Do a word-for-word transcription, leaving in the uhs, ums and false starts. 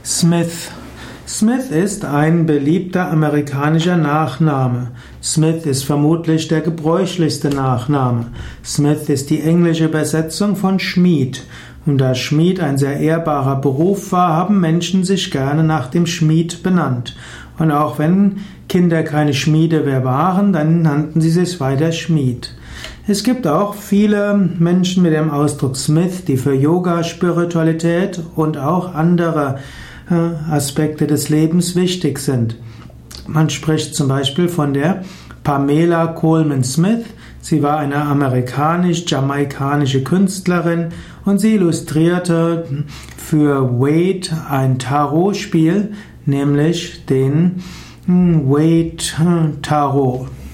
Smith. Smith ist ein beliebter amerikanischer Nachname. Smith ist vermutlich der gebräuchlichste Nachname. Smith ist die englische Übersetzung von Schmied. Und da Schmied ein sehr ehrbarer Beruf war, haben Menschen sich gerne nach dem Schmied benannt. Und auch wenn Kinder keine Schmiede mehr waren, dann nannten sie sich weiter Schmied. Es gibt auch viele Menschen mit dem Ausdruck Smith, die für Yoga, Spiritualität und auch andere Aspekte des Lebens wichtig sind. Man spricht zum Beispiel von der Pamela Colman Smith. Sie war eine amerikanisch-jamaikanische Künstlerin und sie illustrierte für Wade ein Tarotspiel, nämlich den Wade Tarot.